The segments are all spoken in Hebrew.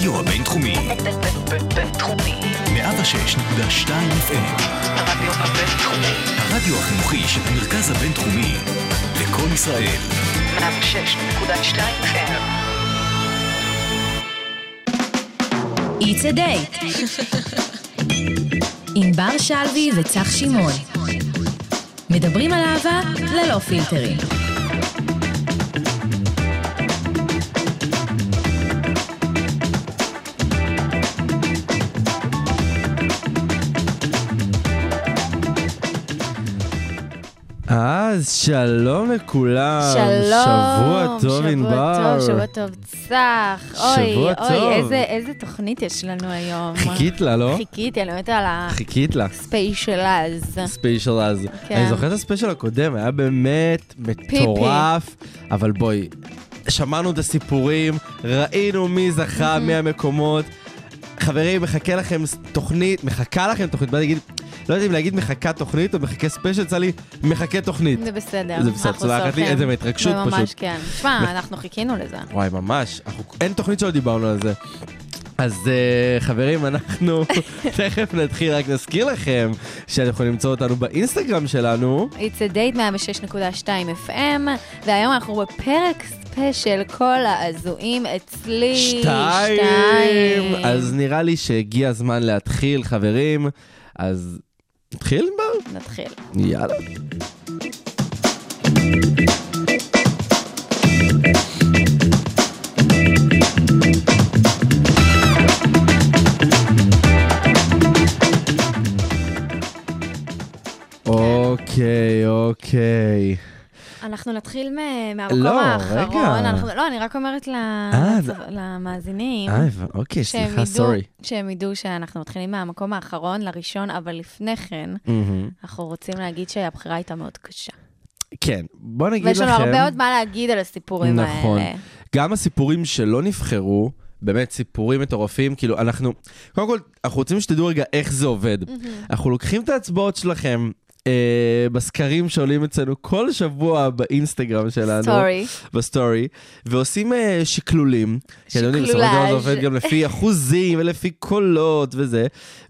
הרדיו הבינתחומי. בינתחומי. 106.2 FM. הרדיו הבינתחומי. הרדיו החינוכי של המרכז הבינתחומי. לכל ישראל. 106.2 FM. It's a date. עם בר שלוי וצח שמעון. מדברים על אהבה ללא פילטרים. אז שלום לכולם. שלום. שבוע טוב ענבר. שבוע טוב צח. שבוע טוב. אוי, איזה תוכנית יש לנו היום. חיכית לה, לא? חיכיתי, אני אומרת על חיכית לה. הספיישלז. ספיישל אז. כן. אני זוכר את הספיישל הקודם, היה באמת מטורף. אבל בואי, שמענו את הסיפורים, ראינו מי זכה מהמקומות. חברים, מחכה לכם תוכנית, בא להגיד, לא יודעת אם להגיד מחכה תוכנית או מחכה ספיישל, צא לי מחכה תוכנית. זה בסדר. זה בסדר, צלחת לי איזה מהתרגשות פשוט. ממש כן. תשמע, אנחנו חיכינו לזה. וואי, ממש. אין תוכנית שלא דיברנו על זה. אז חברים, אנחנו תכף נתחיל, רק נזכיר לכם שאתם יכולים למצוא אותנו באינסטגרם שלנו. It's a date 106.2 FM, והיום אנחנו בפרק ספיישל כל העזועים אצלי. 2. אז נראה לי שהגיע הזמן להתחיל, חברים. אז נתחיל בר? נתחיל. יאללה. אוקיי. אנחנו נתחיל מהמקום האחרון. לא, אני רק אומרת למאזינים. אוקיי, סליחה, סורי. שהם ידעו שאנחנו מתחילים מהמקום האחרון לראשון, אבל לפני כן, אנחנו רוצים להגיד שהבחירה הייתה מאוד קשה. כן, בוא נגיד לכם. ויש לנו הרבה עוד מה להגיד על הסיפורים האלה. נכון. גם הסיפורים שלא נבחרו, באמת סיפורים מטורפים, כאילו אנחנו, קודם כל, אנחנו רוצים שתדעו רגע איך זה עובד. אנחנו לוקחים את ההצבעות שלכם, בסקרים שעולים אצלנו כל שבוע באינסטגרם שלנו. בסטורי. ועושים שקלולים. שקלולאז'. זה עובד גם לפי אחוזים ולפי קולות וזה.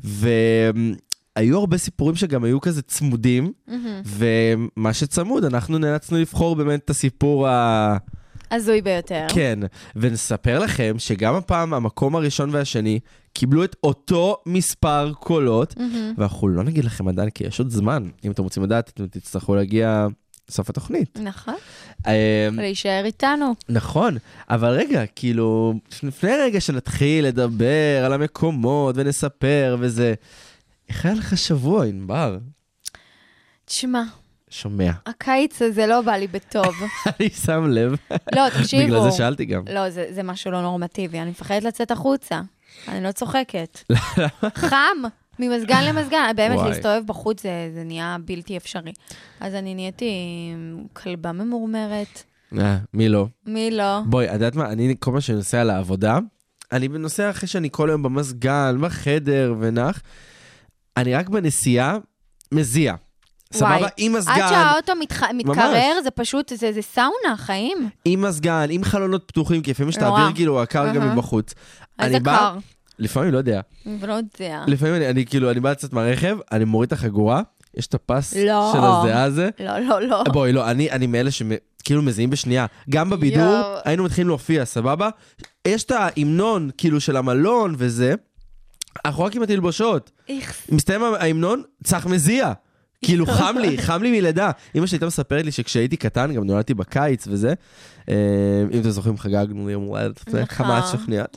והיו הרבה סיפורים שגם היו כזה צמודים. ומה שצמוד, אנחנו נאלצנו לבחור באמת את הסיפור הזוי ביותר. כן, ונספר לכם שגם הפעם המקום הראשון והשני קיבלו את אותו מספר קולות, ואנחנו לא נגיד לכם עדיין, כי יש עוד זמן. אם אתם רוצים לדעת, אתם תצטרכו להגיע לסוף התוכנית. נכון. להישאר איתנו. נכון, אבל רגע, כאילו, לפני רגע שנתחיל לדבר על המקומות ונספר וזה, איך היה לך שבוע, ענבר? תשמע. שומע. הקיץ הזה לא בא לי בטוב. אני שם לב. לא, תקשיבו. בגלל זה שאלתי גם. לא, זה משהו לא נורמטיבי. אני מפחדת לצאת החוצה. אני לא צוחקת. חם, ממסגן למסגן. באמת, להסתובב בחוץ זה נהיה בלתי אפשרי. אז אני נהייתי כלבה ממורמרת. מי לא? מי לא? בואי, יודעת מה? אני כל מה שאני נוסע לעבודה, אני נוסע אחרי שאני כל היום במסגן, בחדר ונח, אני רק בנסיעה מזיע. סבבה, עם מסגן. עד שהאוטו מתקרר, זה פשוט, זה סאונה, חיים. עם מסגן, עם חלונות פתוחים, כי לפעמים שתעביר כאילו הקר גם מבחוץ. איזה קר? לפעמים, לא יודע. לא יודע. לפעמים אני בא לצאת מהרכב, אני מוריד את החגורה, יש את הפס של הזיעה הזה. לא. בואי, לא, אני מאלה שכאילו מזיעים בשנייה. גם בבידור, היינו מתחילים להופיע, סבבה? יש את ההמנון, כאילו, של המלון וזה, אנחנו רק עם התלבושות. מסתיים ההמנון, צריך מזיע. כאילו חם לי מלידה. אמא שלי הייתה מספרת לי שכשהייתי קטן, גם נולדתי בקיץ וזה, אם אתם זוכרים חגגנו ליום הולדת, כמה שכניות.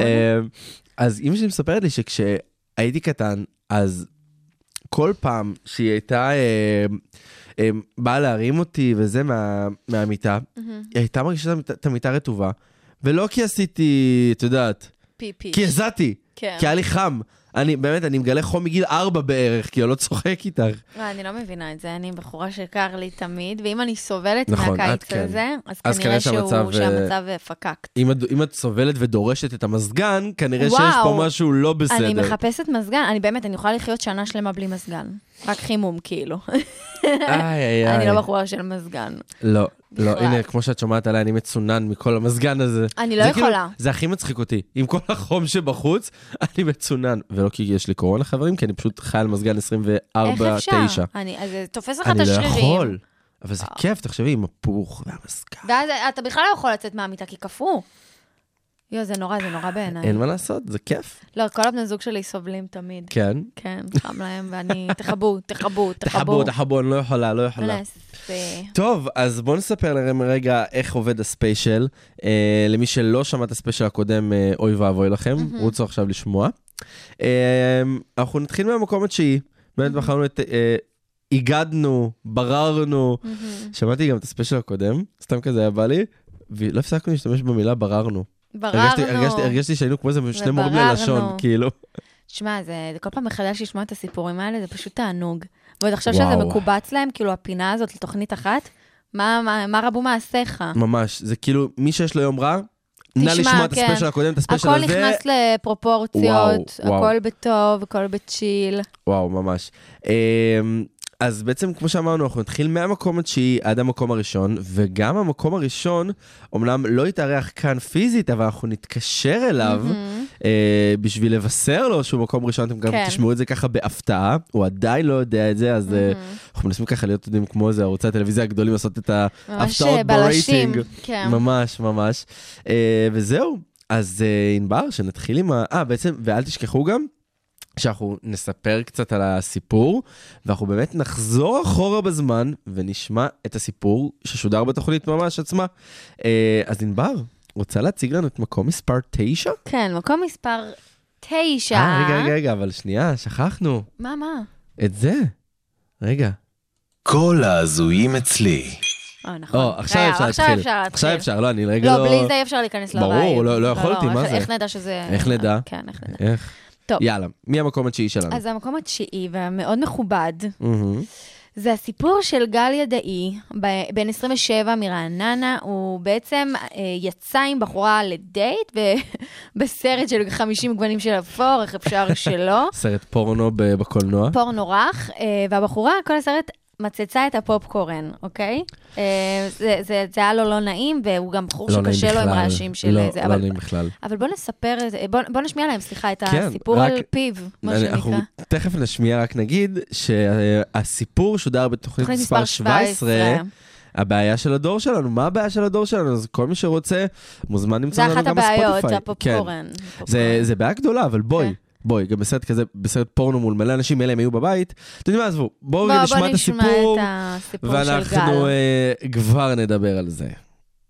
אז אמא שלי מספרת לי שכשהייתי קטן, אז כל פעם שהיא הייתה באה להרים אותי וזה מהמיטה, היא הייתה מרגישה את המיטה רטובה, ולא כי עשיתי, את יודעת, כי הזעתי, כי היה לי חם. באמת, אני מגלה חום מגיל 4 בערך, כי אני לא צוחק איתך. אני לא מבינה את זה, אני בחורה שקר לי תמיד, ואם אני סובלת מהקיץ הזה, אז כנראה שהמצב פקקט. אם את סובלת ודורשת את המסגן, כנראה שיש פה משהו לא בסדר. אני מחפשת מסגן, אני יכולה לחיות שנה שלמה בלי מסגן. רק חימום, כאילו. אני לא בחורה של מסגן. לא, לא, הנה, כמו שאת שומעת עליי, אני מצונן מכל המזגן הזה. אני לא יכולה. זה הכי מצחיק אותי. עם כל החום שבחוץ, אני מצונן. ולא כי יש לי קורונה, חברים, כי אני פשוט חי על מזגן 24/9. איך אפשר? אז תופס לך את השרירים. אני לא יכול. אבל זה כיף, תחשבי, עם הפוך והמזגן. ואז אתה בכלל לא יכול לצאת מהמיטה, כי קפוא. זה נורא בעיניי. אין מה לעשות, זה כיף. לא, כל הבני זוג שלי סובלים תמיד. כן? כן, חם להם, ואני, תחבו. אני לא יכולה. טוב, אז בואו נספר לכם רגע איך עובד הספיישל. למי שלא שמע את הספיישל הקודם, אוי ואבוי לכם, רוצו עכשיו לשמוע. אנחנו נתחיל מהמקום התשיעי, באמת בחרנו הגדנו, בררנו, שמעתי גם את הספיישל הקודם, סתם כזה היה בא לי, ולא הפסקנו להשתמש במילה בררנו. הרגשתי שהיינו כמו זה שני מורים ללשון, כאילו. תשמע, זה כל פעם מחדש לשמוע את הסיפורים האלה, זה פשוט תענוג. ועוד עכשיו שזה מקובץ להם, כאילו הפינה הזאת לתוכנית אחת, מה רבו מעשיך? ממש, זה כאילו, מי שיש לו יום רע, נא לשמוע את הספיישל הקודם, את הספיישל הזה. הכל נכנס לפרופורציות, הכל בטוב, הכל בצ'יל. וואו, ממש. אז בעצם, כמו שאמרנו, אנחנו נתחיל מהמקום התשיעי עד המקום הראשון, וגם המקום הראשון, אומנם לא יתארח כאן פיזית, אבל אנחנו נתקשר אליו, בשביל לבשר לו שהוא מקום ראשון, אתם גם תשמעו את זה ככה בהפתעה, הוא עדיין לא יודע את זה, אז אנחנו מנסים ככה להיות יודעים כמו זה, ערוצי הטלוויזיה הגדולים לעשות את ההפתעות ברייטינג. ממש, ממש. וזהו, אז ענבר, שנתחיל עם בעצם, ואל תשכחו גם, שאנחנו נספר קצת על הסיפור, ואנחנו באמת נחזור אחורה בזמן, ונשמע את הסיפור ששודר בתוכנית ממש עצמה. אז ענבר, רוצה להציג לנו את מקום מספר 9? כן, מקום מספר 9. רגע, אבל שנייה, שכחנו. מה? את זה. רגע. כל ההזויים אצלי. נכון. עכשיו אפשר להתחיל. עכשיו אפשר, לא, אני רגע לא... לא, בלי זה אי אפשר להיכנס לבית. ברור, לא יכולתי, מה זה? איך נדע שזה... איך נדע? כן, איך נדע. טוב. יאללה, מי המקום התשיעי שלנו? אז המקום התשיעי והמאוד מכובד, זה הסיפור של גל ידעי, בן 27 מרעננה, הוא בעצם יצא עם בחורה לדייט, בסרט של 50 גוונים של אפור, איך אפשר שלא. סרט פורנו בקולנוע. פורנו רך, והבחורה, כל הסרט מצצה את הפופקורן, אוקיי? זה היה לו לא נעים, והוא גם בחור שקשה לו עם רעשים של זה. לא נעים בכלל. אבל בוא נספר, בוא נשמיע להם, סליחה, את הסיפור על פיו, מה שנקרא. אנחנו תכף נשמיע, רק נגיד שהסיפור שודר בתוכנית מספר 17, הבעיה של הדור שלנו. מה הבעיה של הדור שלנו? אז כל מי שרוצה מוזמן למצוא לנו גם בספוטיפיי. זה אחת הבעיות, הפופקורן. זה בעיה גדולה, אבל בואי, גם בסרט כזה, בסרט פורנו מול מלא אנשים, אלה הם היו בבית. אתם יודעים מה, עזבו, בואו נשמע את הסיפור, ואנחנו כבר נדבר על זה.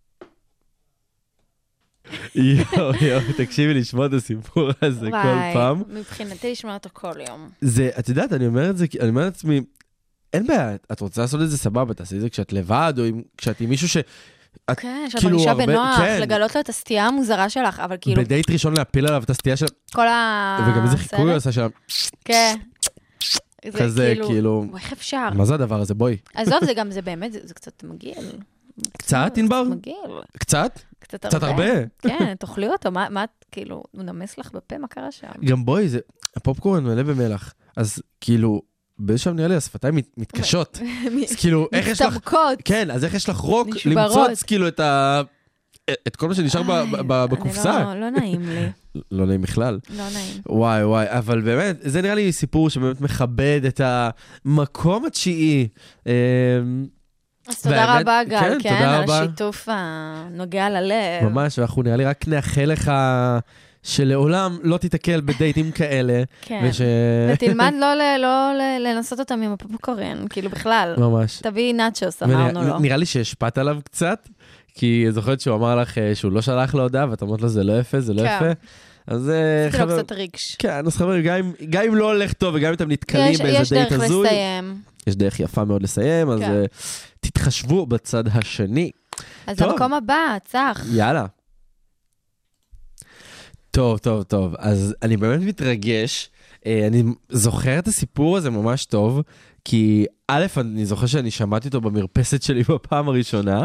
יואו, תקשיבי לשמוע את הסיפור הזה כל פעם. מבחינתי לשמוע אותו כל יום. זה, את יודעת, אני אומר לעצמי, אין בעיה, את רוצה לעשות את זה סבבה, תעשי את זה כשאת לבד, או כשאת עם מישהו כן, שאת מרגישה בנוח, לגלות לו את הסטייה המוזרה שלך, אבל כאילו... בדייט ראשון להפיל עליו את הסטייה של... וגם איזה חיקוי הוא עושה שם. כן. כזה, כאילו... איך אפשר? מה זה הדבר הזה? בואי. עזוב, זה באמת, זה קצת מגעיל. קצת, ענבר? מגעיל. קצת? קצת הרבה? כן, תאכלי אותו, מה, כאילו, הוא נמס לך בפה, מה קרה שם? גם בואי, הפופקורן מלא במלח, אז כאילו... באיזשהו נראה לי, השפתיים מתקשות. אז כאילו, איך יש לך... מסתמקות. כן, אז איך יש לך רוק למצוץ כאילו את כל מה שנשאר בקופסה. לא נעים לי. לא נעים בכלל. לא נעים. וואי, אבל באמת, זה נראה לי סיפור שבאמת מכבד את המקום התשיעי. אז תודה רבה, גל, כן, על השיתוף הנוגע ללב. ממש, ואנחנו נראה לי רק נאחל לך... שלעולם לא תתקל בדייטים כאלה. כן, ותלמד לא לנסות אותם עם הפופקורן, כאילו בכלל. ממש. תביא נאצ'וס, אמרנו לו. נראה לי שהשפעת עליו קצת, כי זוכרת שהוא אמר לך שהוא לא שלח להודעה, ואת אמרת לו זה לא יפה, זה לא יפה. אז עשיתי לו קצת רגש. כן, אז חברים, גם אם לא הולך טוב, וגם אם אתם נתקלים באיזה דייט הזוי. יש דרך לסיים. יש דרך יפה מאוד לסיים, אז תתחשבו בצד השני. אז המקום הבא, צח. יאללה. טוב. אז אני באמת מתרגש. אני זוכר את הסיפור הזה ממש טוב, כי א', אני זוכר שאני שמעתי אותו במרפסת שלי בפעם הראשונה,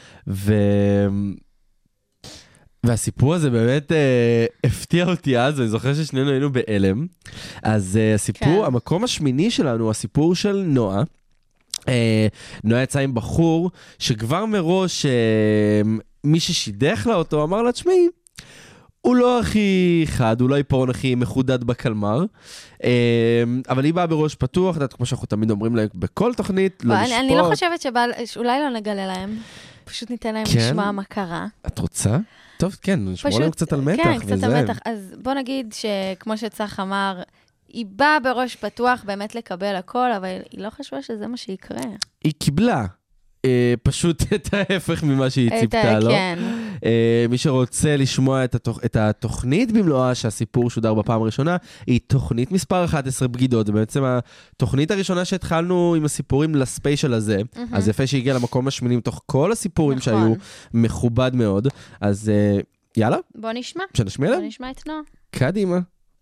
והסיפור הזה באמת הפתיע אותי אז, ואני זוכר ששנינו היינו באלם. אז הסיפור, המקום השמיני שלנו, הסיפור של נועה, נועה יצאה עם בחור שכבר מראש מי ששידך לה אותו אמר לה, תשמעי, הוא לא הכי חד, הוא לא היפורון הכי מחודד בקלמר, אבל היא באה בראש פתוח, כמו שאנחנו תמיד אומרים להם בכל תוכנית, לא לשפוט. אני לא חושבת שאולי לא נגלה להם, פשוט ניתן להם לשמוע מה קרה. את רוצה? טוב, כן, נשמור להם קצת על מתח. כן, קצת על מתח. אז בוא נגיד שכמו שצח אמר, היא באה בראש פתוח באמת לקבל הכל, אבל היא לא חשבה שזה מה שיקרה. היא קיבלה. פשוט את ההפך ממה שהיא ציפתה, לא? כן. מי שרוצה לשמוע את התוכנית במלואה, שהסיפור שודר בפעם הראשונה, היא תוכנית מספר 11 בגידות, זה בעצם התוכנית הראשונה שהתחלנו עם הסיפורים לספיישל הזה, אז יפה שהגיע למקום השמיני מתוך כל הסיפורים שהיו, מכובד מאוד, אז יאללה. בוא נשמע. שנשמיע להם? בוא נשמע את נועה. קדימה.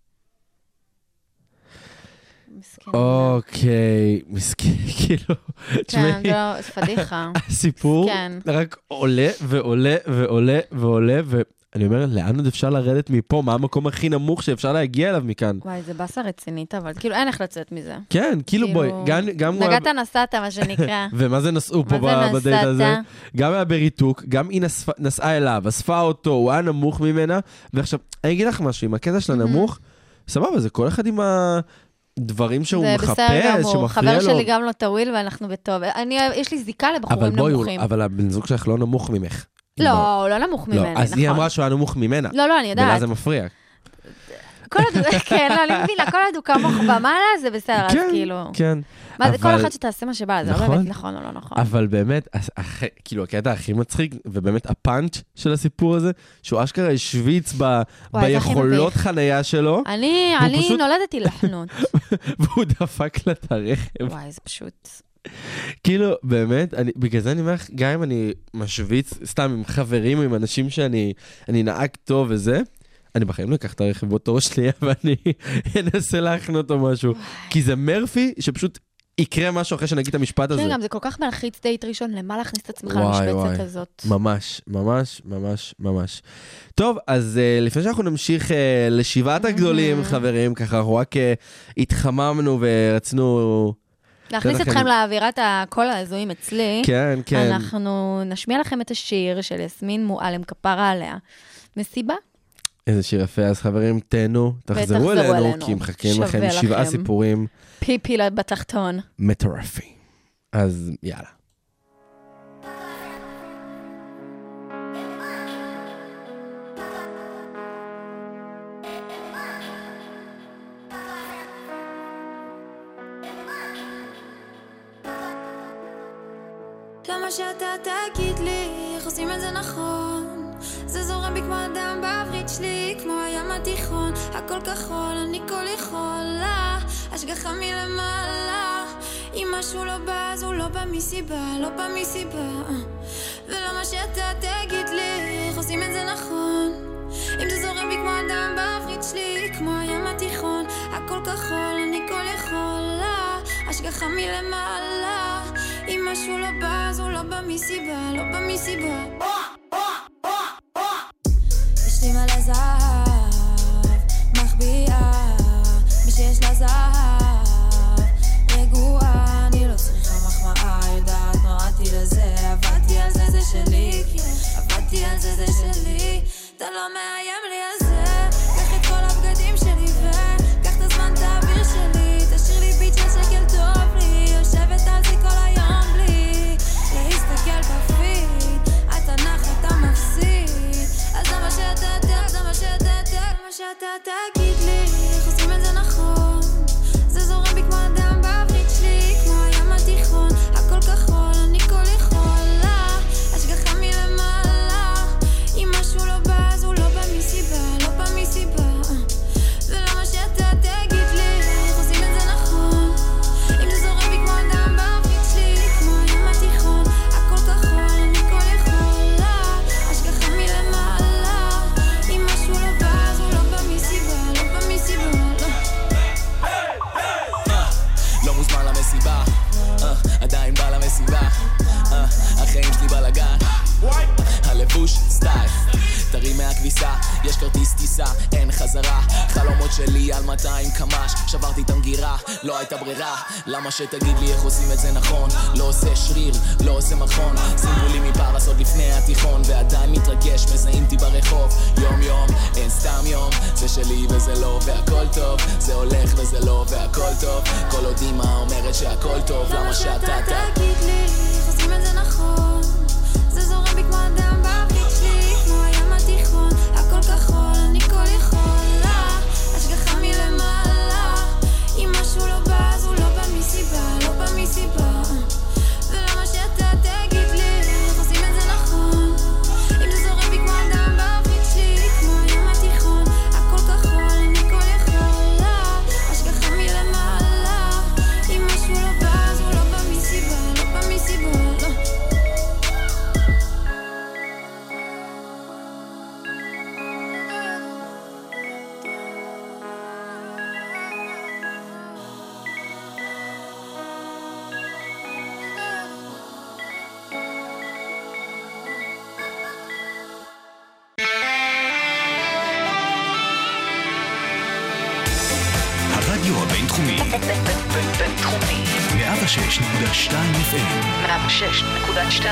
אוקיי, מסכן, כאילו, כן, זה פדיחה. הסיפור רק עולה ועולה ועולה ועולה, ואני אומר, לאן עוד אפשר לרדת מפה? מה המקום הכי נמוך שאפשר להגיע אליו מכאן? וואי, זה בסה רצינית, אבל כאילו אין איך לצאת מזה. כן, כאילו בואי, גם... נגעת נסעת, מה שנקרא. ומה זה נסעו פה בדייט הזה? גם היה בריתוק, גם היא נסעה אליו, אספה אותו, הוא היה נמוך ממנה, ועכשיו, אני אגיד לך משהו, עם הקטע של הנמוך, סבבה, זה כל אחד עם דברים שהוא מחפש, שמפריע לו. חבר שלי גם לא טוויל ואנחנו בטוב. יש לי זיקה לבחורים נמוכים. אבל הבן זוג שלך לא נמוך ממך. לא, הוא לא נמוך ממני, נכון. אז היא אמרה שהוא היה נמוך ממנה. לא, אני יודעת. ולה זה מפריע. כן, אני מבינה, כל עדוקה מוך במעלה זה בסדר, אז כאילו... כן, כל אחד שתעשה מה שבא, זה לא באמת נכון או לא נכון. אבל באמת, כאילו, הקטע הכי מצחיק, ובאמת הפאנץ' של הסיפור הזה, שהוא אשכרה השוויץ ביכולות חנייה שלו. אני נולדתי לחנות. והוא דפק לה את הרכב. וואי, זה פשוט... כאילו, באמת, בגלל זה אני אומר, גם אם אני משוויץ, סתם עם חברים, עם אנשים שאני נהג טוב וזה, אני בחיים לא אקח את הרכב באותו שנייה, ואני אנסה להכנות או משהו. כי זה מרפי שפשוט יקרה משהו אחרי שנגיד את המשפט הזה. כן, גם זה כל כך מלחיץ דייט ראשון, למה להכניס את עצמך למשבצת הזאת? ממש, ממש, ממש, ממש. טוב, אז לפני שאנחנו נמשיך לשבעת הגדולים, חברים, ככה אנחנו רק התחממנו ורצינו... להכניס אתכם לאווירת הקול ההזויים אצלי. כן, כן. אנחנו נשמיע לכם את השיר של יסמין מועלם כפרה עליה. מסיבה? איזה שיר יפה, אז חברים, תהנו, תחזרו אלינו, כי מחכים לכם 7 סיפורים. פיפי בתחתון. מטורפי. אז יאללה. למה שאתה תגיד לי, איך עושים את זה נכון? זה זורם בי כמו אדם בעברית שלי, כמו הים התיכון, הכל כחול, אני כל יכולה, השגחה מלמעלה, אם משהו לא בא, אז הוא לא בא מסיבה, לא בא מסיבה. ולמה שאתה תגיד לי, איך עושים את זה נכון? אם זה זורם בי כמו אדם בעברית שלי, כמו הים התיכון, הכל כחול, אני כל יכולה, השגחה מלמעלה, אם משהו לא בא, אז הוא לא בא מסיבה, לא בא מסיבה. יש לי מלא זהב, מחביאה, ושיש לה זהב, רגועה, אני לא צריכה מחמאה, יודעת, נועדתי לזה, עבדתי על זה, זה שלי, עבדתי על זה, זה שלי, אתה לא מאיים לי על זה, קח את כל הבגדים שלי וקח את הזמן, את האוויר שלי, תשאיר לי ביט של שקל טוב לי, יושבת על זה כל היום בלי להסתכל בפיד, אתה נח, אתה מפסיד, אז זה מה שאתה תגיד לי, איך עושים את זה נכון? זה זורם בי כמו אדם בעברית שלי, כמו הים התיכון, הכל כחול, אני כל יכולה, השגחה מלמעלה, אם משהו לא בא, אז הוא לא בא מסיבה, לא בא מסיבה. ולמה שאתה תגיד לי, איך עושים את זה נכון? אם זה זורם בי כמו אדם בעברית שלי, כמו הים התיכון, הכל כחול, אני כל יכולה, השגחה מלמעלה, אם משהו לא בא, אז הוא לא בא מסיבה, לא בא מסיבה, לא מוזמן למסיבה, עדיין בא למסיבה, החיים שלי בלגן, הלבוש סטייל, תרים מהכביסה, יש כרטיס טיסה, אין חזרה, חלומות שלי על 200 קמ"ש, שברתי את המגירה, לא הייתה ברירה. למה שתגיד לי איך עושים את זה נכון? לא עושה שריר, לא עושה מכון. שימו לי מפרס עוד לפני התיכון, ועדיין מתרגש, מזהים אותי ברחוב. יום יום, אין סתם יום, זה שלי וזה לא, והכל טוב. זה הולך וזה לא, והכל טוב. כל עוד אמא אומרת שהכל טוב, למה שאתה תגיד לי איך עושים את זה נכון? זה זורם בי כמו אדם בברית שלי, כמו הים התיכון, הכל כחול, אני כל יכולה, השגחה מלמעלה. אם משהו לא בא, אז הוא לא בא מסיבה, לא בא מסיבה. ולמה שאתה תגיד לי איך עושים את זה נכון? אם זה זורם בי כמו אדם בברית שלי, כמו הים התיכון, הכל כחול, אני כל יכולה, השגחה מלמעלה. אם משהו לא בא, אז הוא לא בא מסיבה, לא בא מסיבה, לא. הרדיו הבינתחומי. בינתחומי. 106.2 FM. 106.2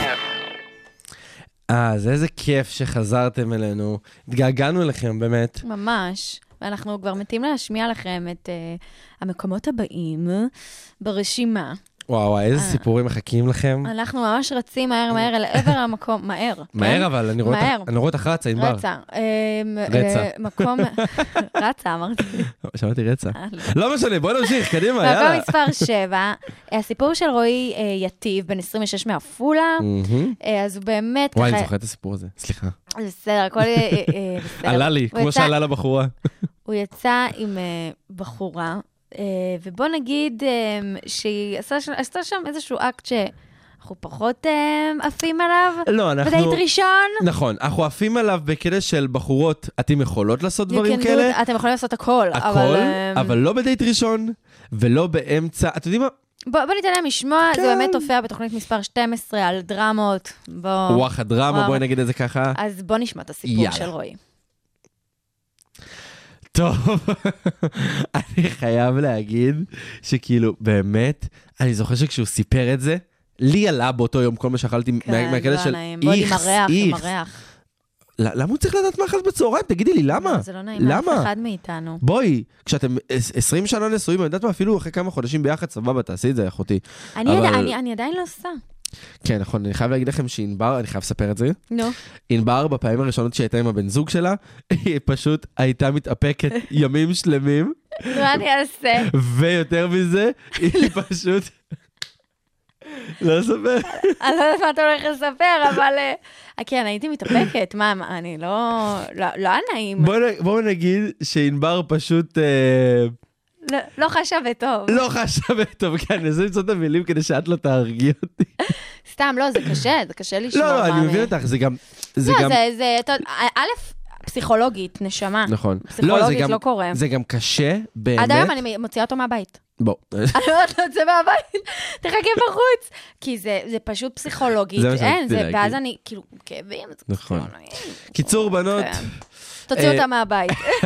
FM. אז איזה כיף שחזרתם אלינו. התגעגענו אליכם, באמת. ממש. ואנחנו כבר מתים להשמיע לכם את המקומות הבאים ברשימה. וואו, איזה סיפורים מחכים לכם. אנחנו ממש רצים מהר אל עבר המקום, מהר. מהר אבל, אני רואה אותך רצה, ענבר. רצה. מקום, רצה, אמרתי. שמעתי רצה. לא משנה, בוא נמשיך, קדימה, יאללה. מקום מספר 7, הסיפור של רועי יטיב, בן 26 מעפולה, אז הוא באמת... וואי, אני זוכרת את הסיפור הזה, סליחה. בסדר, הכל בסדר. עלה לי, כמו שעלה לבחורה. הוא יצא עם בחורה, ובוא נגיד שהיא עשתה שם איזשהו אקט שאנחנו פחות עפים עליו. לא, אנחנו... בדייט ראשון. נכון, אנחנו עפים עליו בקטע של בחורות, אתם יכולות לעשות דברים כאלה. אתם יכולים לעשות הכל. אבל לא בדייט ראשון, ולא באמצע, אתם יודעים מה? בוא ניתן להם לשמוע, זה באמת הופיע בתוכנית מספר 12 על דרמות. וואח הדרמה, בואי נגיד את זה ככה. אז בוא נשמע את הסיפור של רועי. טוב, אני חייב להגיד שכאילו, באמת, אני זוכר שכשהוא סיפר את זה, לי עלה באותו יום כל מה שאכלתי מהקטע של איכס. למה הוא צריך לדעת מאכל בצהריים? תגידי לי, למה? זה לא נעים, אף אחד מאיתנו. בואי, כשאתם 20 שנה נשואים, אני יודעת מה, אפילו אחרי כמה חודשים ביחד, סבבה, תעשי את זה, אחותי. אני עדיין לא עושה. כן, נכון, אני חייב להגיד לכם שענבר, אני חייב לספר את זה. נו. ענבר, בפעמים הראשונות שהייתה עם הבן זוג שלה, היא פשוט הייתה מתאפקת ימים שלמים. מה אני אעשה? ויותר מזה, היא פשוט... לא לספר. אני לא יודעת מה אתה הולך לספר, אבל... כן, הייתי מתאפקת. מה, אני לא נעים. בואו נגיד שענבר פשוט... לא חשב טוב. לא חשב טוב, כן, אני רוצה למצוא את המילים כדי שאת לא תרגיע אותי. סתם, לא, זה קשה לשמור. לא, אני מבין אותך, זה גם... לא, זה... א', פסיכולוגית, נשמה. נכון. פסיכולוגית לא קורה. זה גם קשה, באמת. עד היום אני מוציאה אותו מהבית. בוא. אני אומרת לו את זה מהבית, תחכה בחוץ. כי זה פשוט פסיכולוגית. אין, ואז אני, כאילו, כאבים. נכון. קיצור, בנות. תוציאו אותה מהבית.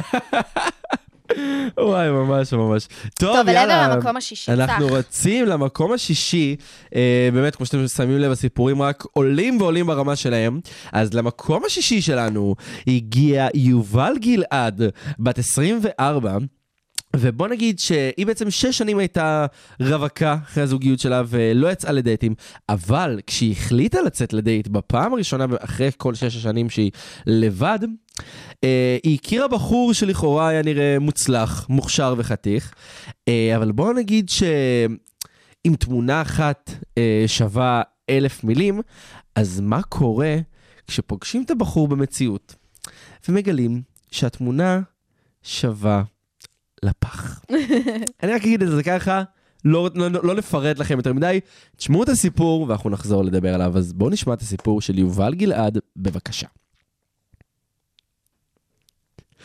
וואי, ממש. טוב, אליבר למקום השישי. אנחנו רצים למקום השישי, באמת, כמו שאתם שמים לב, הסיפורים רק עולים ועולים ברמה שלהם. אז למקום השישי שלנו הגיע יובל גלעד, בת 24, ובוא נגיד שהיא בעצם 6 שנים הייתה רווקה אחרי הזוגיות שלה ולא יצאה לדייטים, אבל כשהיא החליטה לצאת לדייט בפעם הראשונה אחרי כל 6 השנים שהיא לבד, היא הכירה בחור שלכאורה היה נראה מוצלח, מוכשר וחתיך, אבל בואו נגיד שאם תמונה אחת שווה 1000 מילים, אז מה קורה כשפוגשים את הבחור במציאות ומגלים שהתמונה שווה לפח. אני רק אגיד את זה ככה, לא נפרט לכם יותר מדי, תשמעו את הסיפור ואנחנו נחזור לדבר עליו, אז בואו נשמע את הסיפור של יובל גלעד, בבקשה.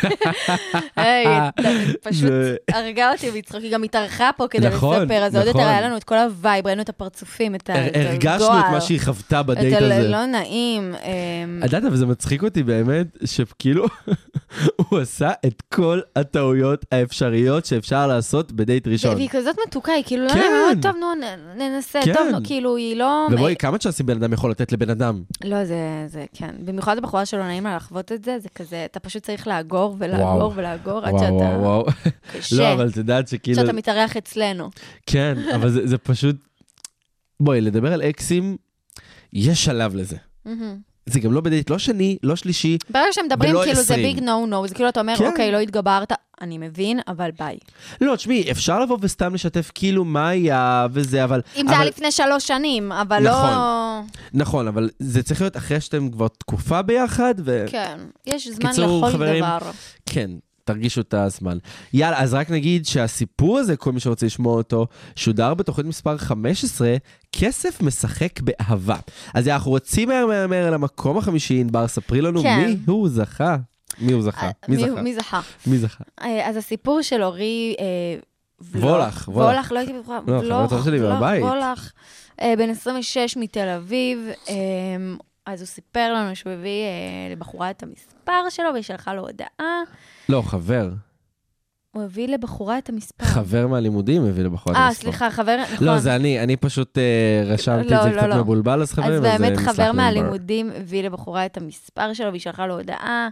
היי, פשוט הרגה אותי בצחוק, היא גם התארחה פה כדי לספר, אז עוד יותר היה לנו את כל הווייב, ראינו את הפרצופים, את הגועל. הרגשנו את מה שהיא חוותה בדייט הזה. את הלא נעים. יודעת, אבל זה מצחיק אותי באמת, שכאילו, הוא עשה את כל הטעויות האפשריות שאפשר לעשות בדייט ראשון. והיא כזאת מתוקה, היא כאילו, טוב, נו, ננסה, טוב, נו, כאילו, היא לא... ובואי, כמה צ'אנסים בן אדם יכול לתת לבן אדם? לא, זה כן. במיוחד הבחורה שלא נעים לה לחוות את זה, זה כזה, אתה פשוט צריך לאגור ולאגור ולאגור, עד שאתה... וואו. קשה. לא, אבל תדעת שכאילו... שאתה מתארח אצלנו. כן, אבל זה פשוט... בואי, לדבר על אקסים, יש שלב לזה. זה גם לא בדייט, לא שני, לא שלישי, ברגע שמדברים, ולא כאילו זה 20. ביג נו, זה כאילו אתה אומר, אוקיי, לא התגברת, אני מבין, אבל ביי. לא, תשמעי, אפשר לבוא וסתם לשתף כאילו מה היה וזה, אבל... אם זה היה לפני 3 שנים, אבל לא... נכון, אבל זה צריך להיות אחרי שאתם כבר תקופה ביחד, ו... כן, יש זמן לכל דבר. כן. תרגישו את הזמן. יאללה, אז רק נגיד שהסיפור הזה, כל מי שרוצה לשמוע אותו, שודר בתוכנית מספר 15, כסף משחק באהבה. אז אנחנו רוצים מהר למקום החמישי, ענבר, ספרי לנו מי הוא זכה. מי הוא זכה? מי זכה? אז הסיפור של אורי... וולך, לא הייתי בבחורה. לא, חברת שלי מהבית. וולך, בן 26 מתל אביב, אז הוא סיפר לנו שהוא הביא לבחורה את המספר שלו, והיא שלחה לו הודעה. לא, חבר. הוא הביא לבחורה את המספר. חבר מהלימודים הביא לבחורה את המספר. סליחה, חבר, נכון. לא, זה אני פשוט רשמתי את זה קצת מבולבל, אז חברים. אז באמת חבר מהלימודים הביא לבחורה את המספר שלו, והיא שלחה לו הודעה,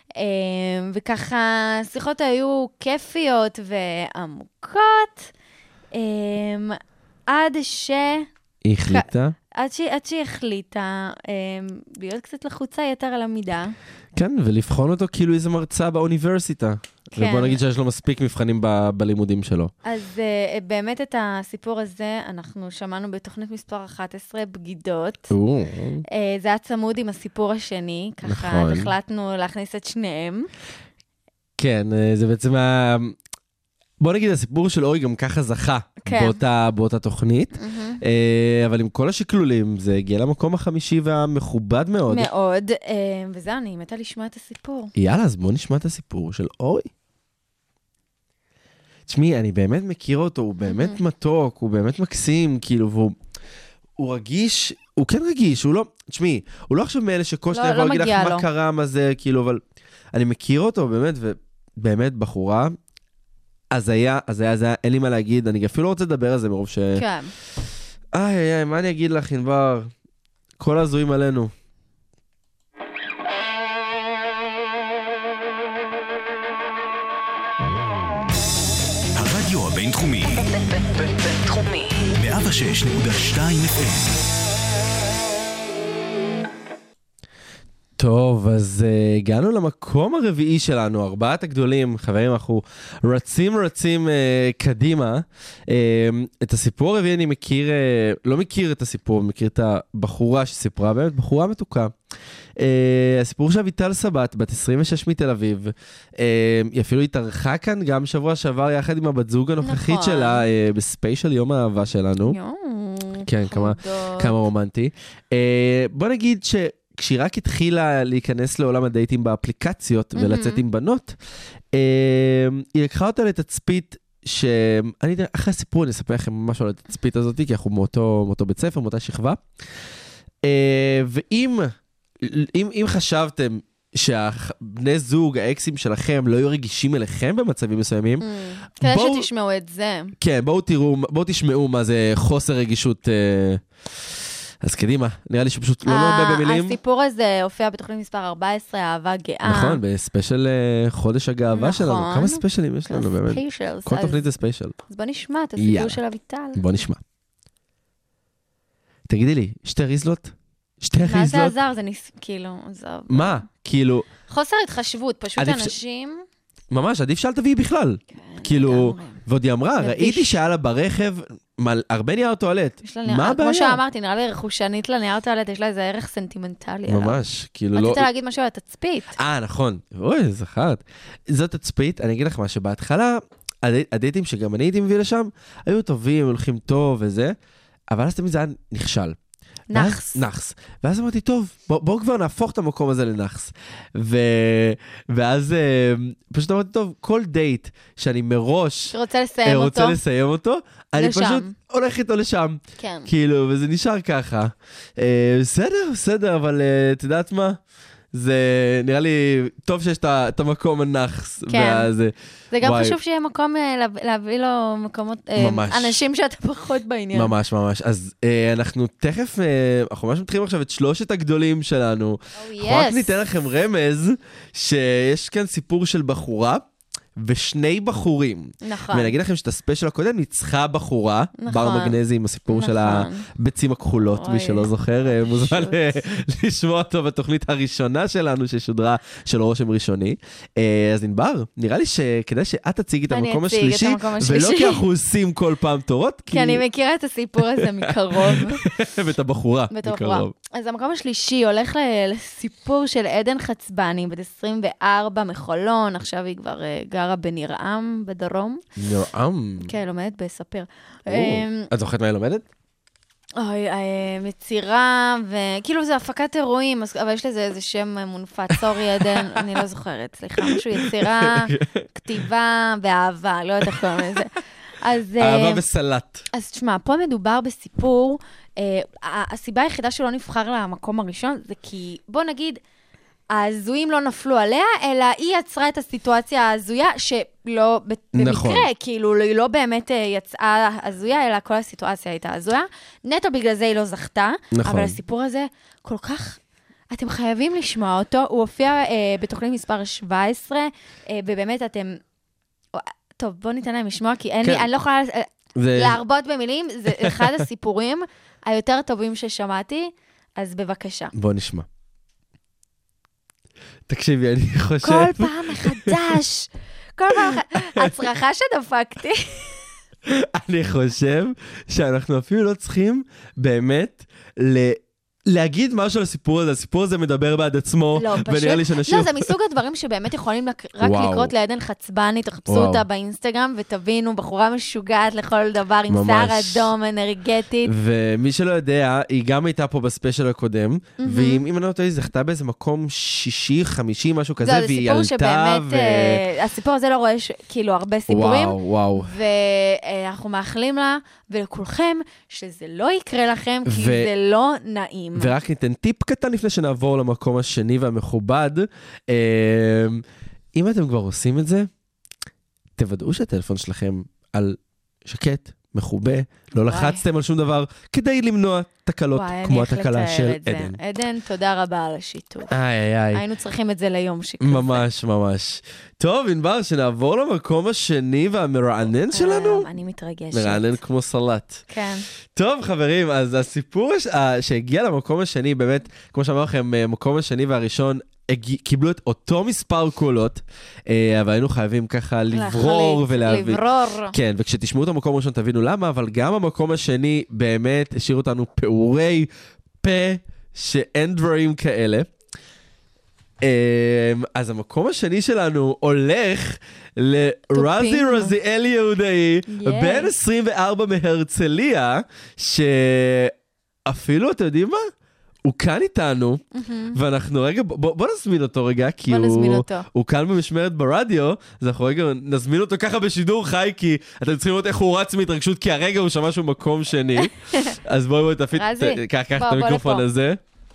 וככה שיחות היו כיפיות ועמוקות, עד ש... היא החליטה? עד שהיא החליטה להיות קצת לחוצה יתר על המידה. כן, ולבחון אותו כאילו איזה מרצה באוניברסיטה. כן. ובוא נגיד שיש לו מספיק מבחנים בלימודים שלו. אז באמת את הסיפור הזה אנחנו שמענו בתוכנית מספר 11, בגידות. זה היה צמוד עם הסיפור השני, ככה החלטנו להכניס את שניהם. כן, זה בעצם בוא נגיד, הסיפור של אורי גם ככה זכה באותה תוכנית, אבל עם כל השקלולים, זה הגיע למקום החמישי והמכובד מאוד. מאוד, וזהו, אני מתה לשמוע את הסיפור. יאללה, אז בוא נשמע את הסיפור של אורי. תשמעי, אני באמת מכיר אותו, הוא באמת מתוק, הוא באמת מקסים, כאילו, והוא רגיש, הוא כן רגיש, הוא לא, תשמעי, הוא לא עכשיו מאלה שכל שניה יכול להגיד לך מה קרה, מה זה, כאילו, אבל אני מכיר אותו באמת, ובאמת בחורה, אז היה, אין לי מה להגיד, אני אפילו לא רוצה לדבר על זה מרוב ש... כן. איי, מה אני אגיד לך, ענבר? כל הזויים עלינו. הרדיו הבינתחומי. בינתחומי. 106.2 FM. טוב, אז הגענו למקום הרביעי שלנו, 4 הגדולים, חברים, אנחנו רצים קדימה. את הסיפור הרביעי אני מכיר, לא מכיר את הסיפור, מכיר את הבחורה שסיפרה, באמת בחורה מתוקה. הסיפור של אביטל סבת, בת 26 מתל אביב, היא אפילו התארחה כאן גם שבוע שעבר יחד עם הבת זוג הנוכחית שלה, בספיישל יום האהבה שלנו. כן, כמה רומנטי. בוא נגיד כשהיא רק התחילה להיכנס לעולם הדייטים באפליקציות ולצאת עם בנות, היא לקחה אותה לתצפית שאני יודע, אחרי הסיפור אני אספר לכם משהו על התצפית הזאת, כי אנחנו מאותו בית ספר, מאותה שכבה. ואם חשבתם שהבני זוג, האקסים שלכם, לא היו רגישים אליכם במצבים מסוימים, כדי שתשמעו את זה. כן, בואו תשמעו מה זה חוסר רגישות. אז קדימה, נראה לי שפשוט לא נורא במילים. הסיפור הזה הופיע בתוכנית מספר 14, אהבה גאה. נכון, בספיישל חודש הגאווה שלנו. כמה ספיישלים יש לנו באמת? כל תוכנית זה ספיישל. אז בוא נשמע את הסיפור של אביטל. בוא נשמע. תגידי לי, 2 ריזלות? 2 ריזלות? מה זה עזר? זה כאילו, עזר. מה? כאילו... חוסר התחשבות, פשוט אנשים... ממש, עדיף שאל תביאי בכלל. כאילו, ועוד היא אמרה, ראיתי שהיה לה ברכב הרבה נייר טואלט. מה הבעיה? כמו שאמרתי, נראה לי רכושנית לנייר טואלט, יש לה איזה ערך סנטימנטלי. ממש, כאילו לא... רצית להגיד משהו על התצפית. נכון. אוי, זכרת. זאת תצפית, אני אגיד לך מה, שבהתחלה, הדייטים שגם אני הייתי מביא לשם, היו טובים, הולכים טוב וזה, אבל אז תמיד זה היה נכשל. נחס. ואז אמרתי, טוב, בואו כבר נהפוך את המקום הזה לנחס. ואז פשוט אמרתי, טוב, כל דייט שאני מראש רוצה לסיים אותו, אני פשוט הולך איתו לשם. כן. כאילו, וזה נשאר ככה. בסדר, אבל את יודעת מה? זה נראה לי טוב שיש את המקום הנחס. כן. זה גם חשוב שיהיה מקום להביא לו מקומות, אנשים שאתה פחות בעניין. ממש. אז אנחנו תכף, אנחנו ממש מתחילים עכשיו את 3 הגדולים שלנו. אנחנו רק ניתן לכם רמז שיש כאן סיפור של בחורה. ו2 בחורים. נכון. ואני אגיד לכם שאת הספיישל הקודם ניצחה בחורה, נכון. בר מגנזי עם הסיפור של הביצים הכחולות, מי שלא זוכר, מוזמן לשמוע אותו בתוכנית הראשונה שלנו ששודרה של רושם ראשוני. אז ענבר, נראה לי שכדאי שאת תציגי את המקום השלישי, ולא כי אנחנו עושים כל פעם תורות, כי אני מכירה את הסיפור הזה מקרוב. ואת הבחורה מקרוב. אז המקום השלישי הולך לסיפור של עדן חצבני, בת 24 מחולון, עכשיו היא כבר גרה בנרעם, בדרום. נרעם? כן, לומדת בספיר. את זוכרת מה היא לומדת? אוי, מצירה, וכאילו זה הפקת אירועים, אבל יש לזה איזה שם מונפץ, סורי עדן, אני לא זוכרת, סליחה, משהו יצירה, כתיבה ואהבה, לא יודעת איך קוראים לזה. אהבה וסלט. אז תשמע, פה מדובר בסיפור, הסיבה היחידה שלא נבחר למקום הראשון, זה כי, בוא נגיד, ההזויים לא נפלו עליה, אלא היא יצרה את הסיטואציה ההזויה, שלא במקרה, כאילו, היא לא באמת יצאה הזויה, אלא כל הסיטואציה הייתה הזויה. נטו בגלל זה היא לא זכתה, אבל הסיפור הזה כל כך, אתם חייבים לשמוע אותו, הוא הופיע בתוכנית מספר 17, ובאמת אתם, טוב, בוא ניתן להם לשמוע, כי אני לא יכולה להרבות במילים, זה אחד הסיפורים היותר טובים ששמעתי, אז בבקשה. בוא נשמע. תקשיבי, אני חושב... כל פעם מחדש. הצרחה שדפקתי. אני חושב שאנחנו אפילו לא צריכים באמת להגיד משהו על הסיפור הזה. הסיפור הזה מדבר בעד עצמו, ונראה לי שאנשים... לא, זה מסוג הדברים שבאמת יכולים רק לקרות לעדן חצבני, תחפשו אותה באינסטגרם ותבינו, בחורה משוגעת לכל דבר, עם שיער אדום, אנרגטית. ומי שלא יודע, היא גם הייתה פה בספיישל הקודם, ואם אני לא טועה, היא זכתה באיזה מקום 6, 50, משהו כזה, והיא עלתה הסיפור הזה לא רואה כאילו הרבה סיפורים. וואו. ואנחנו מאחלים לה, ולכולכם, שזה לא יקרה לכם, כי זה לא נעים. ורק ניתן טיפ קטן לפני שנעבור למקום השני והמכובד. אם אתם כבר עושים את זה, תוודאו שהטלפון שלכם על שקט, מחובה, לא לחצתם על שום דבר, כדי למנוע תקלות כמו התקלה של עדן. עדן, תודה רבה על השיתוף. היינו צריכים את זה ליום שכזה. ממש. טוב, ענבר, שנעבור למקום השני והמרענן שלנו. אני מתרגשת. מרענן כמו סלט. כן. טוב, חברים, אז הסיפור שהגיע למקום השני, באמת, כמו שאמר לכם, המקום השני והראשון, קיבלו את אותו מספר קולות, אבל היינו חייבים ככה לברור ולהבין. כן, וכשתשמעו את המקום הראשון תבינו למה, אבל גם המקום השני באמת השאיר אותנו פעורי פה שאין דברים כאלה. אז המקום השני שלנו הולך לרזי רזיאל יהודאי, בן 24 מהרצליה, שאפילו, אתם יודעים מה? הוא כאן איתנו, ואנחנו רגע, בוא נזמין אותו רגע, כי הוא כאן במשמרת ברדיו, אז אנחנו רגע נזמין אותו ככה בשידור חי, כי אתם צריכים לראות איך הוא רץ מהתרגשות, כי הרגע הוא שמע שהוא מקום שני. אז בואו קח את המיקרופון הזה.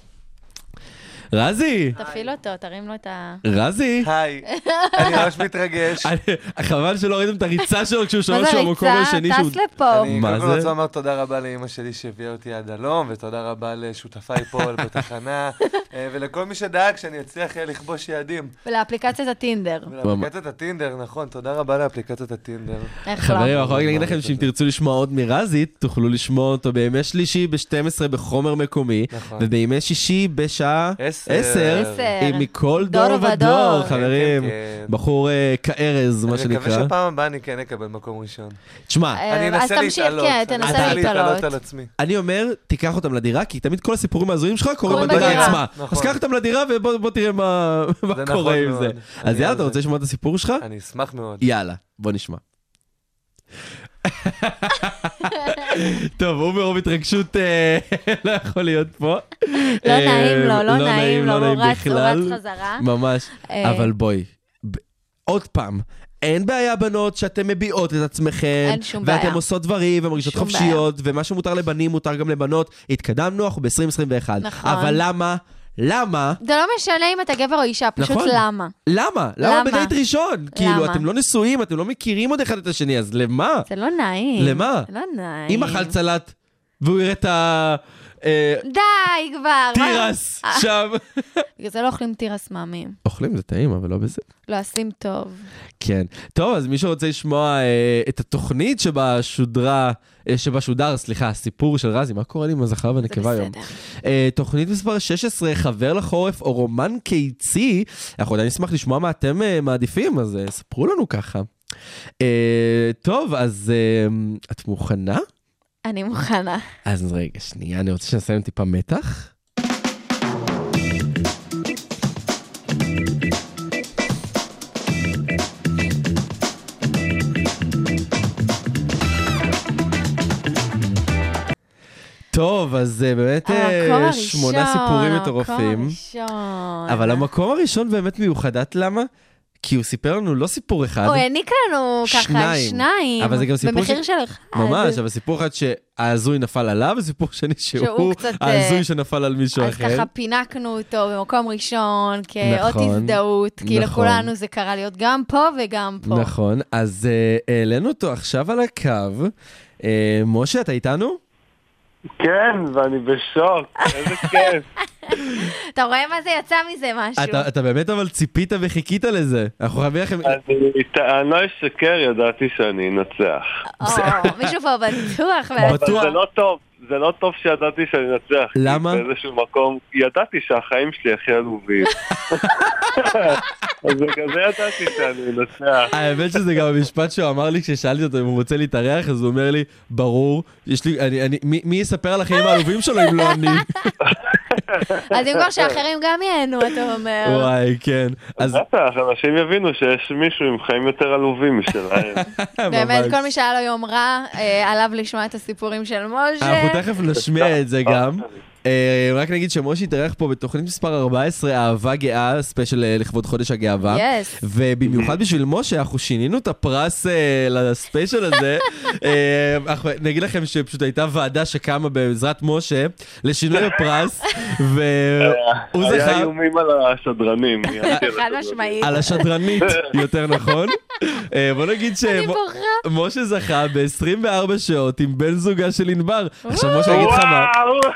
רזי! תפעיל אותו, תרים לו את ה... רזי! היי, אני ממש מתרגש. חבל שלא ראיתם את הריצה שלו כשהוא שמע שהוא המקום השני. מה זה ריצה? טס לפה. אני קודם כל רוצה לומר תודה רבה לאמא שלי שהביאה אותי עד הלום, ותודה רבה לשותפיי פה בתחנה, ולכל מי שדאג שאני אצליח לכבוש יעדים. ולאפליקציית הטינדר. ולאפליקציית הטינדר, נכון, תודה רבה לאפליקציית הטינדר. חברים, אנחנו יכולים להגיד לכם שאם תרצו לשמוע עוד מרזי, תוכלו לשמוע אותו בימי שלישי ב-12 בחומר מקומי, ובימי שישי בשעה 10, מכל דור ודור, חברים, בחור כארז, מה שנקרא. אני מקווה שפעם הבאה אני כן אקבל מקום ראשון. תשמע, אני אנסה להתעלות על עצמי. אני אומר, תיקח אותם לדירה, כי תמיד כל הסיפורים ההזויים שלך קוראים בדירה עצמה. אז קח אותם לדירה ובוא תראה מה קורה עם זה. אז יאללה, אתה רוצה לשמוע את הסיפור שלך? אני אשמח מאוד. יאללה, בוא נשמע. טוב, הוא מרוב התרגשות לא יכול להיות פה. לא נעים לו, לא נעים לו, הוא רץ בכלל. חזרה. ממש. אבל בואי, עוד פעם. אין בעיה בנות שאתם מביעות את עצמכם. אין שום בעיה. ואתם עושות דברים ומרגישות חופשיות, ומה שמותר לבנים מותר גם לבנות. התקדמנו, אנחנו ב-2021. נכון. אבל למה? זה לא משנה אם אתה גבר או אישה, פשוט למה? למה בדייט ראשון? כאילו, אתם לא נשואים, אתם לא מכירים עוד אחד את השני, אז למה? זה לא נעים. למה? זה לא נעים. אם אכל צלט, והוא יראה את ה... די כבר. תירס, שם. בגלל זה לא אוכלים תירס מאמים. אוכלים, זה טעים, אבל לא בזה. לא עשים טוב. כן. טוב, אז מי שרוצה לשמוע את התוכנית שבשודר, הסיפור של רזי, מה קורה לי עם הזכר והנקבה היום? זה בסדר. תוכנית מספר 16, חבר לחורף או רומן קיצי, אנחנו עדיין נשמח לשמוע מה אתם מעדיפים, אז ספרו לנו ככה. טוב, אז את מוכנה? אני מוכנה. אז רגע, שנייה, אני רוצה שנסיים טיפה מתח. טוב, אז באמת 8 סיפורים מטורפים. אבל המקום הראשון באמת מיוחדת, למה? כי הוא סיפר לנו לא סיפור אחד. הוא העניק לנו ככה שניים. אבל זה גם סיפור במחיר של אחד. ממש, אבל סיפור אחד שהאזוי נפל עליו, וסיפור שני שהוא האזוי שנפל על מישהו אחר. אז ככה פינקנו אותו במקום ראשון, כאות הזדהות, כי לכולנו זה קרה להיות גם פה וגם פה. נכון, אז העלינו אותו עכשיו על הקו. משה, אתה איתנו? כן, ואני בשוק, איזה כיף. אתה רואה מה זה יצא מזה משהו? אתה באמת אבל ציפית וחיכית לזה. אנחנו חייבים לכם... אני לא אשקר, ידעתי שאני אנצח. מישהו פה בטוח. בטוח. זה לא טוב שידעתי שאני אנצח. למה? באיזשהו מקום, ידעתי שהחיים שלי הכי עלובים. אז כזה ידעתי שאני אנצח. האמת שזה גם המשפט שהוא אמר לי כששאלתי אותו אם הוא רוצה להתארח, אז הוא אומר לי, ברור, מי יספר על החיים העלובים שלו אם לא אני? אז אם כבר שאחרים גם ייהנו, אתה אומר. וואי, כן. בטח, אנשים יבינו שיש מישהו עם חיים יותר עלובים משלהם. באמת, כל מי שהיה לו יום רע, עליו לשמוע את הסיפורים של משה. אנחנו תכף נשמיע את זה גם. רק נגיד שמשה התארח פה בתוכנית מספר 14, אהבה גאה, ספיישל לכבוד חודש הגאווה. ובמיוחד בשביל משה, אנחנו שינינו את הפרס לספיישל הזה. נגיד לכם שפשוט הייתה ועדה שקמה בעזרת משה לשינוי הפרס, והוא זכה... היה איומים על השדרנים. חד משמעית. על השדרנית, יותר נכון. בוא נגיד שמשה זכה ב-24 שעות עם בן זוגה של ענבר. עכשיו משה יגיד לך מה.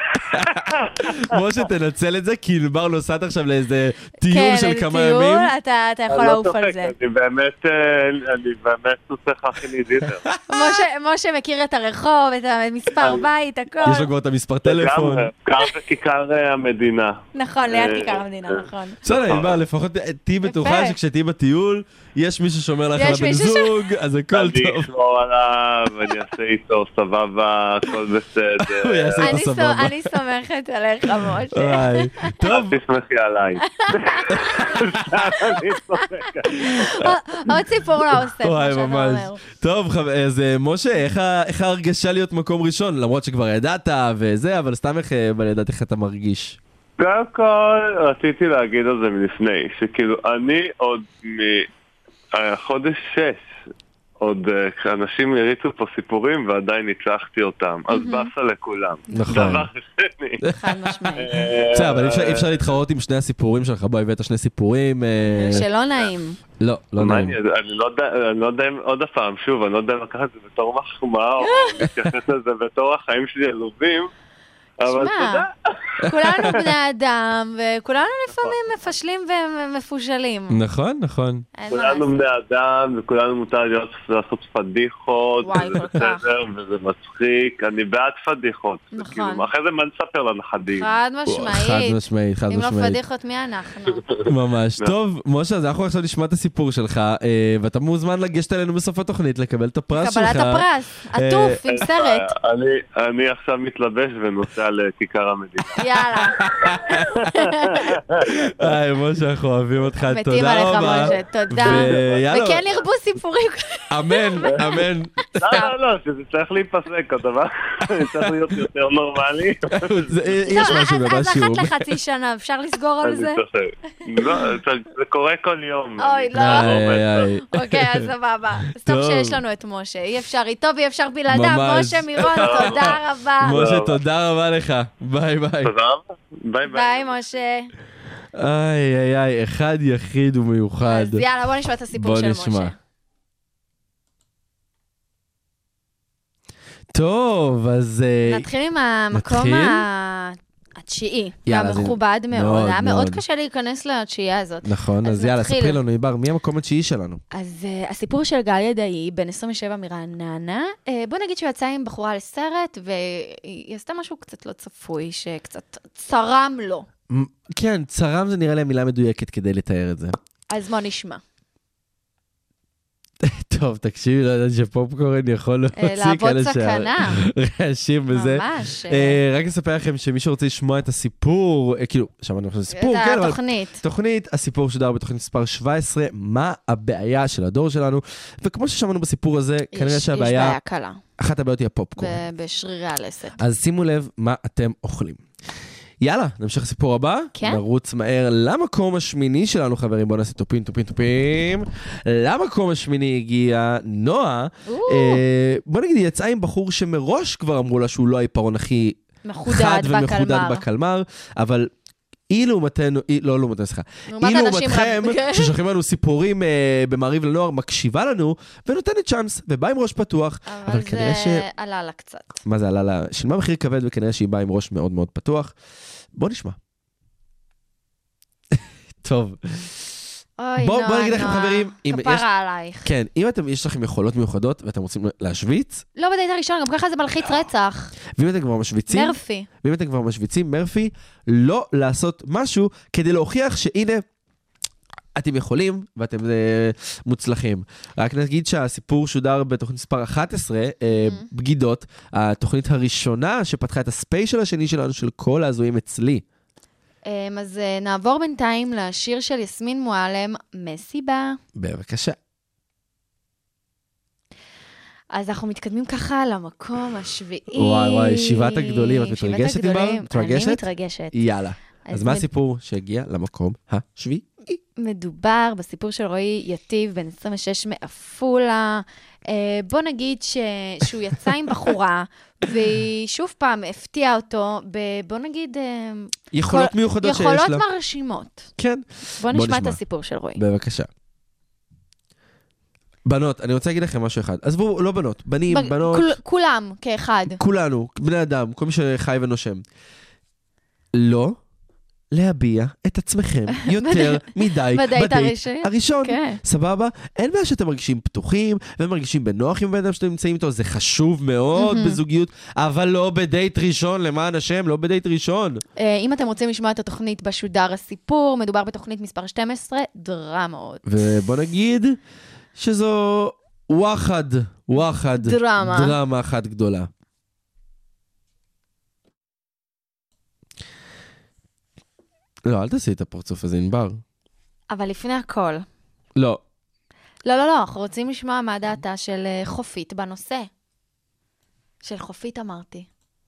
משה, תנצל את זה, כי ענבר נוסעת עכשיו לאיזה טיול של כמה ימים. כן, טיול, אתה יכול לעוף על זה. אני באמת עושה הכי נידיטר. משה מכיר את הרחוב, את המספר בית, הכל. יש לו כבר את המספר טלפון. גר בכיכר המדינה. נכון, ליד כיכר המדינה, נכון. בסדר, ענבר, לפחות תהי בטוחה שכשתהי בטיול, יש מישהו שאומר לך על הבן זוג, אז הכל טוב. אני אשמור עליו, אני אעשה איתו סבבה, הכל בסדר. הוא יעשה איתו סבבה. אני סומכת עליך, משה. טוב. תסמכי עליי. אני סומכת. עוד סיפור לא עושה, מה שאתה אומר. טוב, אז משה, איך ההרגשה להיות מקום ראשון? למרות שכבר ידעת וזה, אבל סתם איך ידעת איך אתה מרגיש? קודם כל, רציתי להגיד על זה מלפני, שכאילו אני עוד חודש 6, עוד אנשים הריצו פה סיפורים ועדיין ניצחתי אותם, אז בסה לכולם. נכון. חד משמעית. בסדר, אבל אי אפשר להתחרות עם שני הסיפורים שלך, בוא הבאת שני סיפורים. שלא נעים. לא נעים. אני לא יודע, עוד הפעם, שוב, אני לא יודע לקחת את זה בתור מחמאה, או להתייחס לזה בתור החיים שלי עלובים, אבל תודה. כולנו בני אדם, וכולנו לפעמים מפשלים ומפושלים. נכון. כולנו בני אדם, וכולנו מותר לעשות פדיחות, וזה בסדר, וזה מצחיק. אני בעד פדיחות. נכון. אחרי זה מה נספר לנכדים? חד משמעית. אם לא פדיחות, מי אנחנו? ממש. טוב, משה, אז אנחנו עכשיו נשמע את הסיפור שלך, ואתה מוזמן לגשת אלינו בסוף התוכנית, לקבל את הפרס שלך. קבלת הפרס, עטוף עם סרט. אני עכשיו מתלבש ונוסע לכיכר המדינה. יאללה. משה, אנחנו אוהבים אותך, תודה רבה. מתים עליך, משה, תודה. וכן ירבו סיפורים. אמן, אמן. לא, שזה צריך להיפסק, הדבר צריך להיות יותר נורמלי. יש משהו במה אז שיעור. אחת לחצי שנה, אפשר לסגור על זה? זה קורה כל יום. אוי, לא. אוקיי, אז סבבה. טוב שיש לנו את משה. אי אפשר איתו ואי אפשר בלעדיו. משה מירון, תודה רבה. משה, תודה רבה לך. ביי ביי. תודה רבה. ביי ביי. ביי, משה. איי, אחד יחיד ומיוחד. אז יאללה, בוא נשמע את הסיפור של משה. בוא נשמע. טוב, אז... נתחיל עם המקום התשיעי. המכובד מאוד. היה מאוד קשה להיכנס לתשיעייה הזאת. נכון, אז יאללה, ספרי לנו, עיבר, מי המקום התשיעי שלנו? אז הסיפור של גל ידעי, בן 27 מרעננה, בוא נגיד שהוא יצא עם בחורה לסרט, והיא עשתה משהו קצת לא צפוי, שקצת צרם לו. כן, צרם זה נראה לי המילה מדויקת כדי לתאר את זה. אז בוא נשמע. טוב, תקשיבי, לא יודעת שפופקורן יכול להוציא כאלה רעשים בזה. ממש. רק אספר לכם שמי שרוצה לשמוע את הסיפור, כאילו, שמענו לכם סיפור, כן, אבל... תוכנית, הסיפור שודר בתוכנית מספר 17, מה הבעיה של הדור שלנו, וכמו ששמענו בסיפור הזה, כנראה שהבעיה... יש בעיה קלה. אחת הבעיות היא הפופקורן. בשרירי הלסת. אז שימו לב מה אתם אוכלים. יאללה, נמשיך לסיפור הבא. כן. נרוץ מהר למקום השמיני שלנו, חברים. בואו נעשה טופים. למקום השמיני הגיע נועה. בוא נגיד, היא יצאה עם בחור שמראש כבר אמרו לה שהוא לא העיפרון הכי חד ומחודד בקלמר, אבל אי לעומתנו, לא לעומתנו, סליחה. אי לעומתכם, ששולחים לנו סיפורים במעריב לנוער, מקשיבה לנו, ונותנת צ'אנס, ובאה עם ראש פתוח. אבל זה עלה לה קצת. מה זה עלה לה? שילמה מחיר כבד, וכנראה שהיא באה עם ראש מאוד מאוד פתוח. בוא נשמע. טוב. בוא נגיד לכם, חברים. כפרה עלייך. כן, אם יש לכם יכולות מיוחדות, ואתם רוצים להשוויץ. לא בדייט הראשון, גם ככה זה מלחיץ רצח. ואם אתם כבר משוויצים, מרפי, לא לעשות משהו כדי להוכיח שהנה, אתם יכולים, ואתם מוצלחים. רק נגיד שהסיפור שודר בתוכנית מספר 11, בגידות, התוכנית הראשונה שפתחה את הספיישל השני שלנו של כל ההזויים אצלי. אז נעבור בינתיים לשיר של יסמין מועלם, מסיבה. בבקשה. אז אנחנו מתקדמים ככה למקום השביעי. וואי, שבעת הגדולים. את מתרגשת, ענבר? אני מתרגשת. יאללה. אז מה הסיפור שהגיע למקום השביעי? מדובר בסיפור של רועי יטיב, בן 26 מעפולה. בוא נגיד שהוא יצא עם בחורה, והיא שוב פעם הפתיעה אותו, בוא נגיד... יכולות מיוחדות שיש לה. יכולות מרשימות. כן. בוא נשמע את הסיפור של רועי. בבקשה. בנות, אני רוצה להגיד לכם משהו אחד. אז בואו, לא בנות, בנים, בנות... כולם, כאחד. כולנו, בני אדם, כל מי שחי ונושם. לא להביע את עצמכם יותר מדי בדייט הראשון. סבבה? אין בעיה שאתם מרגישים פתוחים, ומרגישים בנוח עם בן אדם שאתם נמצאים איתו, זה חשוב מאוד בזוגיות, אבל לא בדייט ראשון, למען השם, לא בדייט ראשון. אם אתם רוצים לשמוע את התוכנית בשודר הסיפור, מדובר בתוכנית מספר 12, דרמות. ובוא נגיד שזו דרמה אחת גדולה. לא, אל תעשי את הפרצוף הזה, ענבר. אבל לפני הכל. לא. לא, אנחנו רוצים לשמוע מה דעתה של חופית בנושא. של חופית אמרתי.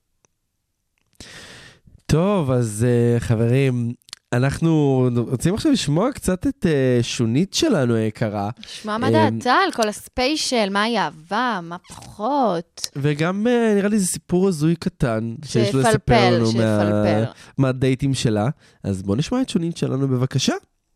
טוב, אז חברים, אנחנו רוצים עכשיו לשמוע קצת את שונית שלנו היקרה. לשמוע מה דעתה על כל הספיישל, מה היא אהבה, מה פחות. וגם נראה לי זה סיפור הזוי קטן, שיש לו לספר לנו מהדייטים שלה. אז בואו נשמע את שונית שלנו בבקשה.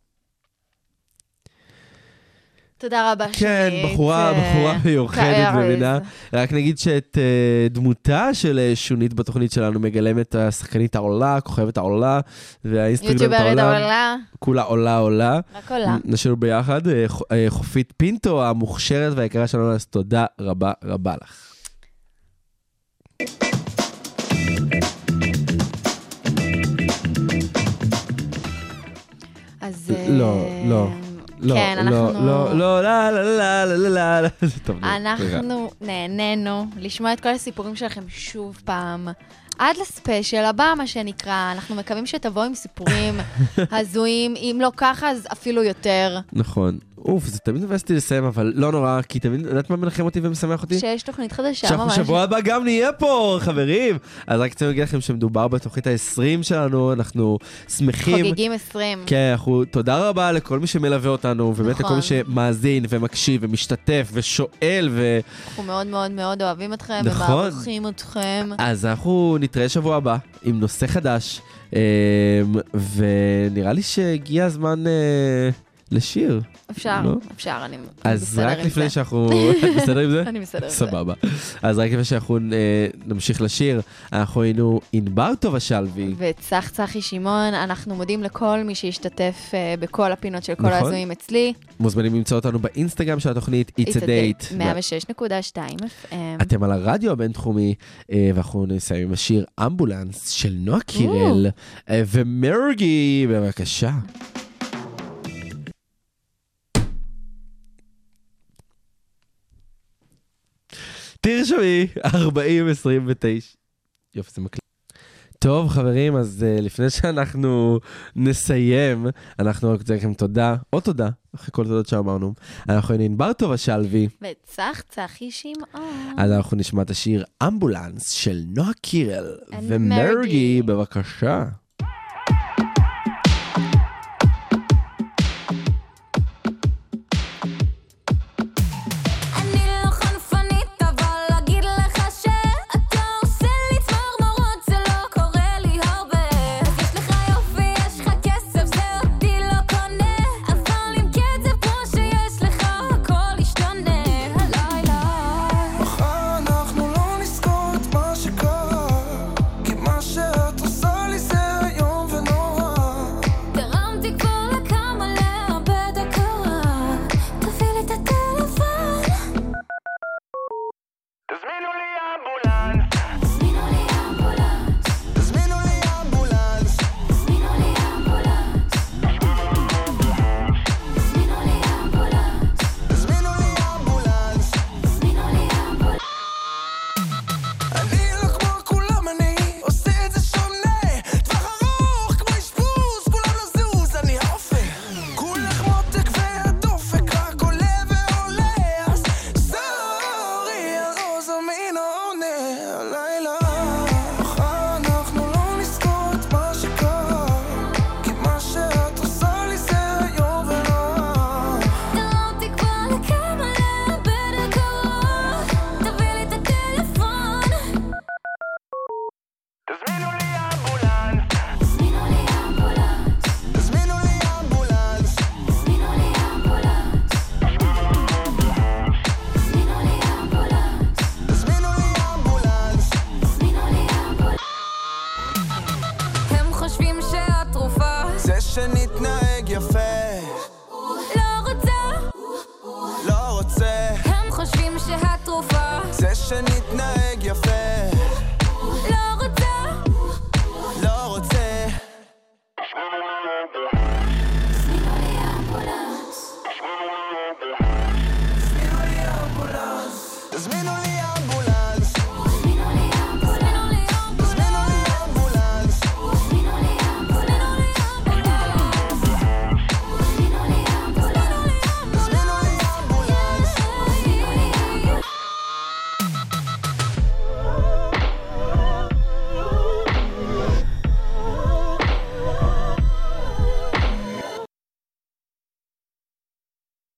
תודה רבה, שונית. כן, בחורה מיוחדת במינה. רק נגיד שאת דמותה של שונית בתוכנית שלנו מגלמת השחקנית העולה, כוכבת העולה, והאינסטגרם העולה. כולה עולה. רק עולה. נשארו ביחד. חופית פינטו המוכשרת והיקרה שלנו, אז תודה רבה לך. אז... לא. כן, אנחנו... לא, אנחנו נהנינו לשמוע את כל הסיפורים שלכם שוב פעם. עד לספיישל הבא, מה שנקרא, אנחנו מקווים שתבוא עם סיפורים הזויים, אם לא ככה, אז אפילו יותר. נכון. זה תמיד מבאסתי לסיים, אבל לא נורא, כי תמיד, יודעת מה מנחם אותי ומשמח אותי? שיש תוכנית חדשה שאנחנו ממש. שבוע הבא גם נהיה פה, חברים. אז רק רוצה להגיד לכם שמדובר בתוכנית ה-20 שלנו, אנחנו שמחים. חוגגים 20. כן, תודה רבה לכל מי שמלווה אותנו, ובאמת לכל מי שמאזין ומקשיב ומשתתף ושואל אנחנו מאוד מאוד מאוד אוהבים אתכם, נכון. ומערכים אתכם. אז אנחנו נתראה שבוע הבא עם נושא חדש, ונראה לי שהגיע הזמן לשיר. אפשר, לא? אפשר, אני אז בסדר רק עם לפני זה. שאנחנו... את בסדר עם זה? אני בסדר עם זה. סבבה. אז רק לפני שאנחנו נמשיך לשיר, אנחנו היינו ענבר טובה שלוי. וצח צחי שמעון, אנחנו מודים לכל מי שהשתתף בכל הפינות של כל ההזויים אצלי. מוזמנים למצוא אותנו באינסטגרם של התוכנית It's a Date. 106.2 FM. אתם על הרדיו הבינתחומי, ואנחנו נסיים עם השיר אמבולנס של נועה קירל ומרגי, בבקשה. תרשמי, 4029. יופי, זה מקליט. טוב, חברים, אז לפני שאנחנו נסיים, אנחנו רק נתן לכם תודה, או תודה, אחרי כל תודות שאמרנו. אנחנו היינו ענבר טובה שלוי. וצח צחי שמעון. אז אנחנו נשמע את השיר אמבולנס של נועה קירל ומרגי, בבקשה. שנתנהג יפה לא רוצה הם חושבים שהתרופה זה שנתנהג יפה